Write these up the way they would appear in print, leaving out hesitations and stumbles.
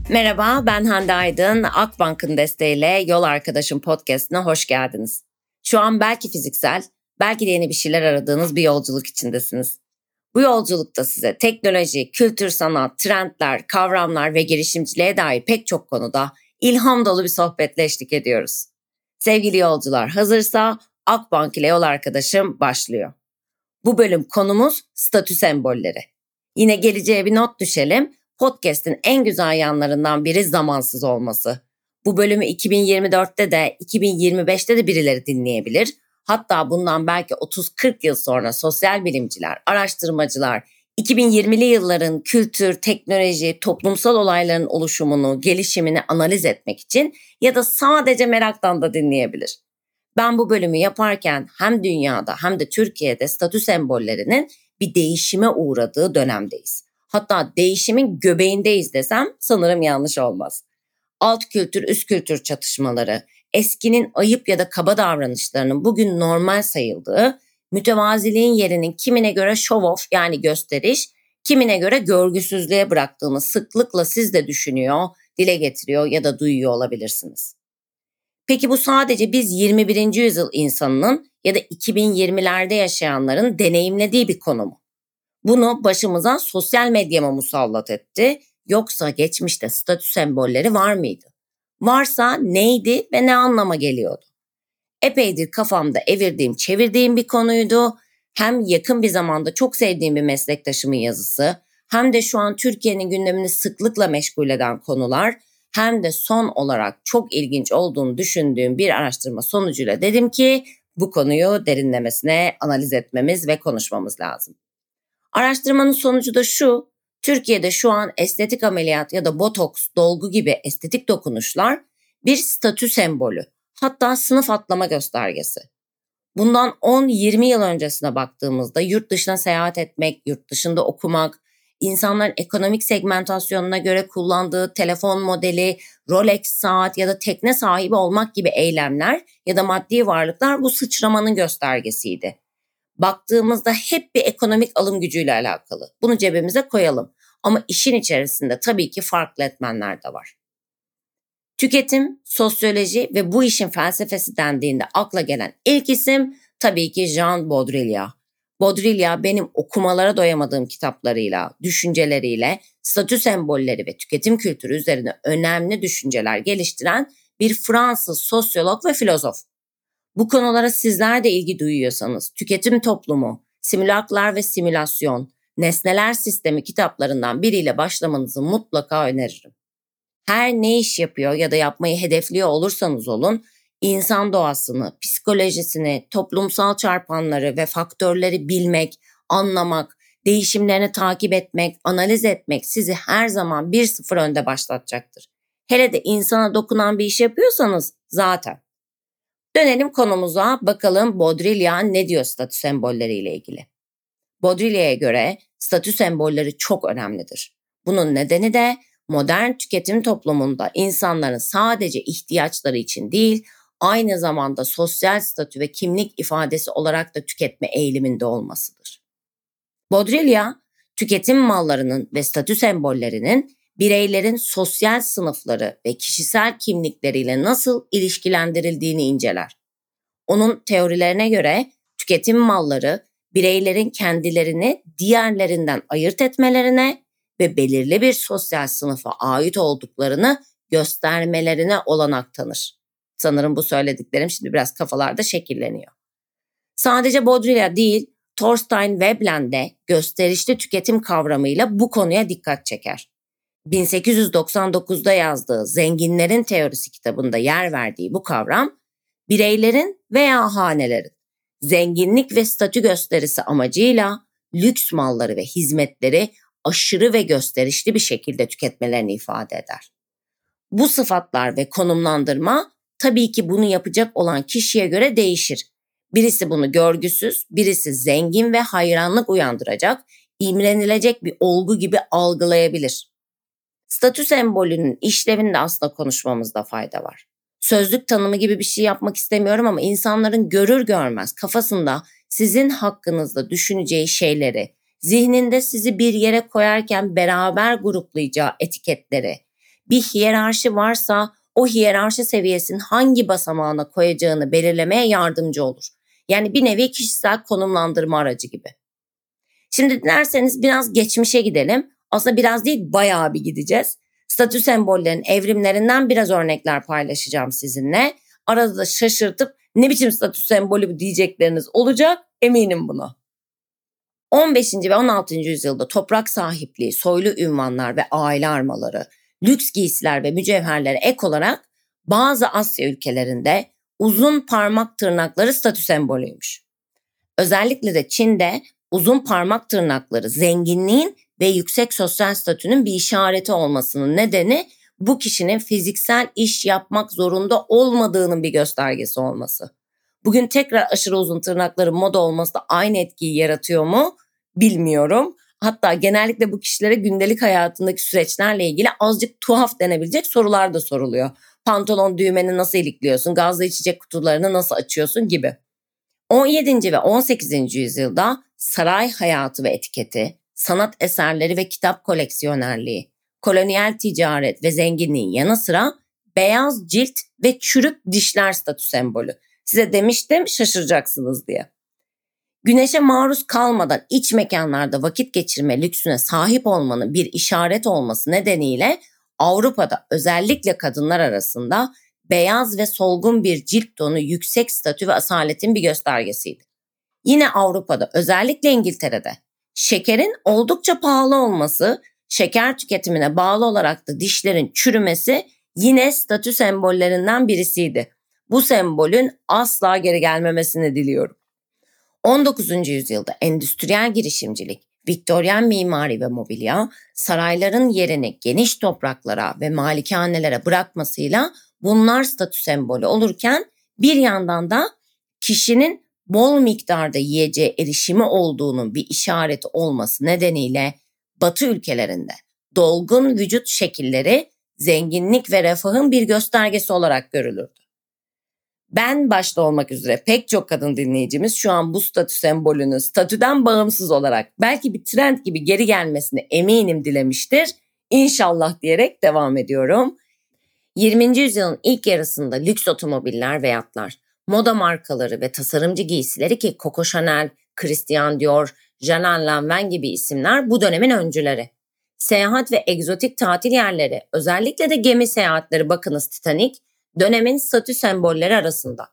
Merhaba, ben Hande Aydın. Akbank'ın desteğiyle Yol Arkadaşım podcast'ine hoş geldiniz. Şu an belki fiziksel, belki de yeni bir şeyler aradığınız bir yolculuk içindesiniz. Bu yolculukta size teknoloji, kültür, sanat, trendler, kavramlar ve girişimciliğe dair pek çok konuda ilham dolu bir sohbetle eşlik ediyoruz. Sevgili yolcular, hazırsa Akbank ile Yol Arkadaşım başlıyor. Bu bölüm konumuz statü sembolleri. Yine geleceğe bir not düşelim. Podcast'in en güzel yanlarından biri zamansız olması. Bu bölümü 2024'te de 2025'te de birileri dinleyebilir. Hatta bundan belki 30-40 yıl sonra sosyal bilimciler, araştırmacılar 2020'li yılların kültür, teknoloji, toplumsal olayların oluşumunu, gelişimini analiz etmek için ya da sadece meraktan da dinleyebilir. Ben bu bölümü yaparken hem dünyada hem de Türkiye'de statü sembollerinin bir değişime uğradığı dönemdeyiz. Hatta değişimin göbeğindeyiz desem sanırım yanlış olmaz. Alt kültür, üst kültür çatışmaları, eskinin ayıp ya da kaba davranışlarının bugün normal sayıldığı, mütevaziliğin yerinin kimine göre show off yani gösteriş, kimine göre görgüsüzlüğe bıraktığını sıklıkla siz de düşünüyor, dile getiriyor ya da duyuyor olabilirsiniz. Peki bu sadece biz 21. yüzyıl insanının ya da 2020'lerde yaşayanların deneyimlediği bir konu mu? Bunu başımıza sosyal medya mı musallat etti yoksa geçmişte statü sembolleri var mıydı? Varsa neydi ve ne anlama geliyordu? Epeydir kafamda çevirdiğim bir konuydu. Hem yakın bir zamanda çok sevdiğim bir meslektaşımın yazısı, hem de şu an Türkiye'nin gündemini sıklıkla meşgul eden konular, hem de son olarak çok ilginç olduğunu düşündüğüm bir araştırma sonucuyla dedim ki bu konuyu derinlemesine analiz etmemiz ve konuşmamız lazım. Araştırmanın sonucu da şu: Türkiye'de şu an estetik ameliyat ya da botoks, dolgu gibi estetik dokunuşlar bir statü sembolü, hatta sınıf atlama göstergesi. Bundan 10-20 yıl öncesine baktığımızda yurt dışına seyahat etmek, yurt dışında okumak, insanların ekonomik segmentasyonuna göre kullandığı telefon modeli, Rolex saat ya da tekne sahibi olmak gibi eylemler ya da maddi varlıklar bu sıçramanın göstergesiydi. Baktığımızda hep bir ekonomik alım gücüyle alakalı. Bunu cebimize koyalım. Ama işin içerisinde tabii ki farklı etmenler de var. Tüketim, sosyoloji ve bu işin felsefesi dendiğinde akla gelen ilk isim tabii ki Jean Baudrillard. Baudrillard benim okumalara doyamadığım kitaplarıyla, düşünceleriyle, statü sembolleri ve tüketim kültürü üzerine önemli düşünceler geliştiren bir Fransız sosyolog ve filozof. Bu konulara sizler de ilgi duyuyorsanız tüketim toplumu, simülaklar ve simülasyon, nesneler sistemi kitaplarından biriyle başlamanızı mutlaka öneririm. Her ne iş yapıyor ya da yapmayı hedefliyor olursanız olun, insan doğasını, psikolojisini, toplumsal çarpanları ve faktörleri bilmek, anlamak, değişimlerini takip etmek, analiz etmek sizi her zaman 1-0 önde başlatacaktır. Hele de insana dokunan bir iş yapıyorsanız zaten. Dönelim konumuza, bakalım Baudrillard ne diyor statü sembolleriyle ilgili. Baudrillard'a göre statü sembolleri çok önemlidir. Bunun nedeni de modern tüketim toplumunda insanların sadece ihtiyaçları için değil, aynı zamanda sosyal statü ve kimlik ifadesi olarak da tüketme eğiliminde olmasıdır. Baudrillard, tüketim mallarının ve statü sembollerinin bireylerin sosyal sınıfları ve kişisel kimlikleriyle nasıl ilişkilendirildiğini inceler. Onun teorilerine göre tüketim malları bireylerin kendilerini diğerlerinden ayırt etmelerine ve belirli bir sosyal sınıfa ait olduklarını göstermelerine olanak tanır. Sanırım bu söylediklerim şimdi biraz kafalarda şekilleniyor. Sadece Baudrillard değil, Thorstein Veblen de gösterişli tüketim kavramıyla bu konuya dikkat çeker. 1899'da yazdığı Zenginlerin Teorisi kitabında yer verdiği bu kavram, bireylerin veya hanelerin zenginlik ve statü gösterisi amacıyla lüks malları ve hizmetleri aşırı ve gösterişli bir şekilde tüketmelerini ifade eder. Bu sıfatlar ve konumlandırma tabii ki bunu yapacak olan kişiye göre değişir. Birisi bunu görgüsüz, birisi zengin ve hayranlık uyandıracak, imrenilecek bir olgu gibi algılayabilir. Statü sembolünün işlevinde aslında konuşmamızda fayda var. Sözlük tanımı gibi bir şey yapmak istemiyorum ama insanların görür görmez kafasında sizin hakkınızda düşüneceği şeyleri, zihninde sizi bir yere koyarken beraber gruplayacağı etiketleri, Bir hiyerarşi varsa o hiyerarşi seviyesinin hangi basamağına koyacağını belirlemeye yardımcı olur. Yani bir nevi kişisel konumlandırma aracı gibi. Şimdi dilerseniz biraz geçmişe gidelim. Aslında biraz değil, bayağı bir gideceğiz. Statü sembollerinin evrimlerinden biraz örnekler paylaşacağım sizinle. Arada da şaşırtıp ne biçim statü sembolü bu diyecekleriniz olacak, eminim buna. 15. ve 16. yüzyılda toprak sahipliği, soylu ünvanlar ve aile armaları, lüks giysiler ve mücevherlere ek olarak bazı Asya ülkelerinde uzun parmak tırnakları statü sembolüymüş. Özellikle de Çin'de uzun parmak tırnakları zenginliğin ve yüksek sosyal statünün bir işareti olmasının nedeni bu kişinin fiziksel iş yapmak zorunda olmadığının bir göstergesi olması. Bugün tekrar aşırı uzun tırnakların moda olması da aynı etkiyi yaratıyor mu bilmiyorum. Hatta genellikle bu kişilere gündelik hayatındaki süreçlerle ilgili azıcık tuhaf denebilecek sorular da soruluyor. Pantolon düğmeni nasıl ilikliyorsun, gazlı içecek kutularını nasıl açıyorsun gibi. 17. ve 18. yüzyılda saray hayatı ve etiketi, sanat eserleri ve kitap koleksiyonerliği, kolonyal ticaret ve zenginliğin yanı sıra beyaz cilt ve çürük dişler statü sembolü. Size demiştim, şaşıracaksınız diye. Güneşe maruz kalmadan iç mekanlarda vakit geçirme lüksüne sahip olmanın bir işaret olması nedeniyle Avrupa'da özellikle kadınlar arasında beyaz ve solgun bir cilt tonu yüksek statü ve asaletin bir göstergesiydi. Yine Avrupa'da, özellikle İngiltere'de şekerin oldukça pahalı olması, şeker tüketimine bağlı olarak da dişlerin çürümesi yine statü sembollerinden birisiydi. Bu sembolün asla geri gelmemesini diliyorum. 19. yüzyılda endüstriyel girişimcilik, Viktoryen mimari ve mobilya, sarayların yerini geniş topraklara ve malikanelere bırakmasıyla bunlar statü sembolü olurken bir yandan da kişinin bol miktarda yiyeceğe erişimi olduğunun bir işareti olması nedeniyle Batı ülkelerinde dolgun vücut şekilleri zenginlik ve refahın bir göstergesi olarak görülürdü. Ben başta olmak üzere pek çok kadın dinleyicimiz şu an bu statü sembolünün statüden bağımsız olarak belki bir trend gibi geri gelmesini eminim dilemiştir. İnşallah diyerek devam ediyorum. 20. yüzyılın ilk yarısında lüks otomobiller ve yatlar, moda markaları ve tasarımcı giysileri ki Coco Chanel, Christian Dior, Jeanne Lanvin gibi isimler bu dönemin öncüleri. Seyahat ve egzotik tatil yerleri, özellikle de gemi seyahatleri, bakınız Titanic, dönemin statü sembolleri arasında.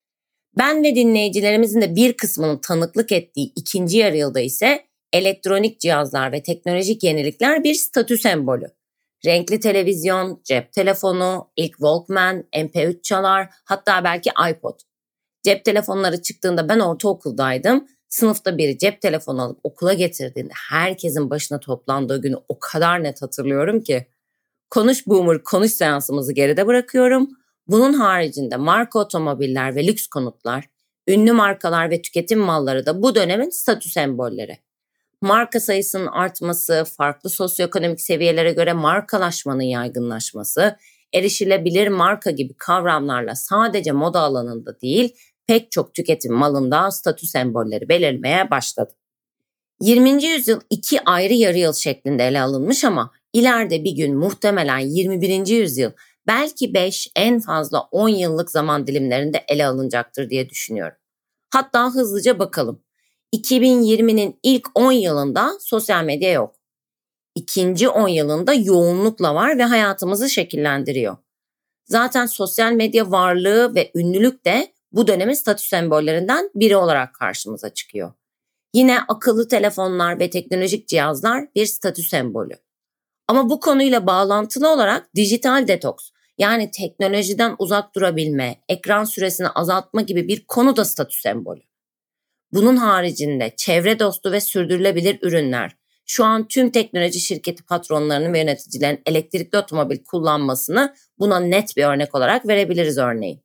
Ben ve dinleyicilerimizin de bir kısmının tanıklık ettiği ikinci yarıyılda ise elektronik cihazlar ve teknolojik yenilikler bir statü sembolü. Renkli televizyon, cep telefonu, ilk Walkman, MP3 çalar, hatta belki iPod. Cep telefonları çıktığında ben ortaokuldaydım. Sınıfta biri cep telefonu alıp okula getirdiğinde herkesin başına toplandığı günü o kadar net hatırlıyorum ki. Konuş Boomer, konuş seansımızı geride bırakıyorum. Bunun haricinde marka otomobiller ve lüks konutlar, ünlü markalar ve tüketim malları da bu dönemin statü sembolleri. Marka sayısının artması, farklı sosyoekonomik seviyelere göre markalaşmanın yaygınlaşması, erişilebilir marka gibi kavramlarla sadece moda alanında değil, pek çok tüketim malında statü sembolleri belirmeye başladı. 20. yüzyıl iki ayrı yarı yıl şeklinde ele alınmış ama ileride bir gün muhtemelen 21. yüzyıl belki 5 en fazla 10 yıllık zaman dilimlerinde ele alınacaktır diye düşünüyorum. Hatta hızlıca bakalım. 2020'nin ilk 10 yılında sosyal medya yok. İkinci 10 yılında yoğunlukla var ve hayatımızı şekillendiriyor. Zaten sosyal medya varlığı ve ünlülük de bu dönemin statü sembollerinden biri olarak karşımıza çıkıyor. Yine akıllı telefonlar ve teknolojik cihazlar bir statü sembolü. Ama bu konuyla bağlantılı olarak dijital detoks, yani teknolojiden uzak durabilme, ekran süresini azaltma gibi bir konu da statü sembolü. Bunun haricinde çevre dostu ve sürdürülebilir ürünler, şu an tüm teknoloji şirketi patronlarının ve yöneticilerin elektrikli otomobil kullanmasını buna net bir örnek olarak verebiliriz örneğin.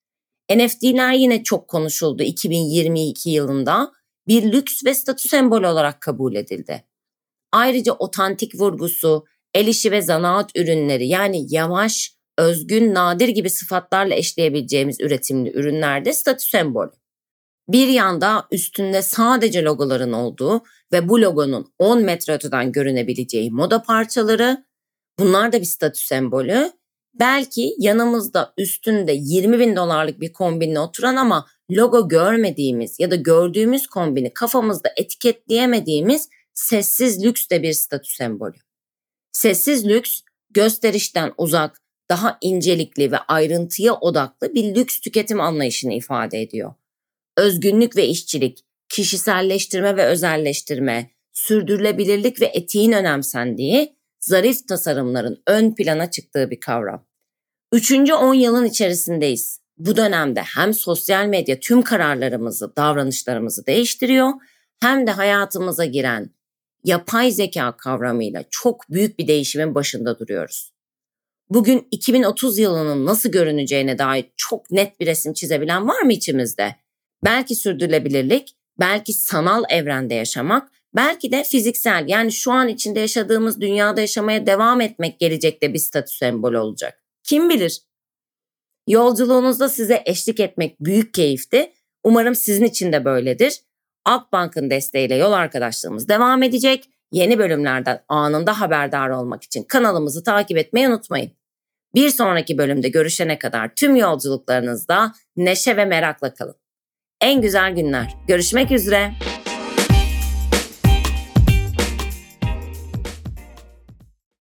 NFT'ler yine çok konuşuldu 2022 yılında, bir lüks ve statü sembolü olarak kabul edildi. Ayrıca otantik vurgusu, el işi ve zanaat ürünleri, yani yavaş, özgün, nadir gibi sıfatlarla eşleyebileceğimiz üretimli ürünler de statü sembolü. Bir yanda üstünde sadece logoların olduğu ve bu logonun 10 metre öteden görünebileceği moda parçaları, Bunlar da bir statü sembolü. Belki yanımızda üstünde 20 bin dolarlık bir kombinle oturan ama logo görmediğimiz ya da gördüğümüz kombini kafamızda etiketleyemediğimiz sessiz lüks de bir statü sembolü. Sessiz lüks, gösterişten uzak, daha incelikli ve ayrıntıya odaklı bir lüks tüketim anlayışını ifade ediyor. Özgünlük ve işçilik, kişiselleştirme ve özelleştirme, sürdürülebilirlik ve etiğin önemsendiği, zarif tasarımların ön plana çıktığı bir kavram. 3. 10 yılın içerisindeyiz. Bu dönemde hem sosyal medya tüm kararlarımızı, davranışlarımızı değiştiriyor, hem de hayatımıza giren yapay zeka kavramıyla çok büyük bir değişimin başında duruyoruz. Bugün 2030 yılının nasıl görüneceğine dair çok net bir resim çizebilen var mı içimizde? Belki sürdürülebilirlik, belki sanal evrende yaşamak, belki de fiziksel, yani şu an içinde yaşadığımız dünyada yaşamaya devam etmek gelecekte bir statü sembolü olacak. Kim bilir? Yolculuğunuzda size eşlik etmek büyük keyifti. Umarım sizin için de böyledir. Akbank'ın desteğiyle yol arkadaşlığımız devam edecek. Yeni bölümlerden anında haberdar olmak için kanalımızı takip etmeyi unutmayın. Bir sonraki bölümde görüşene kadar tüm yolculuklarınızda neşe ve merakla kalın. En güzel günler. Görüşmek üzere.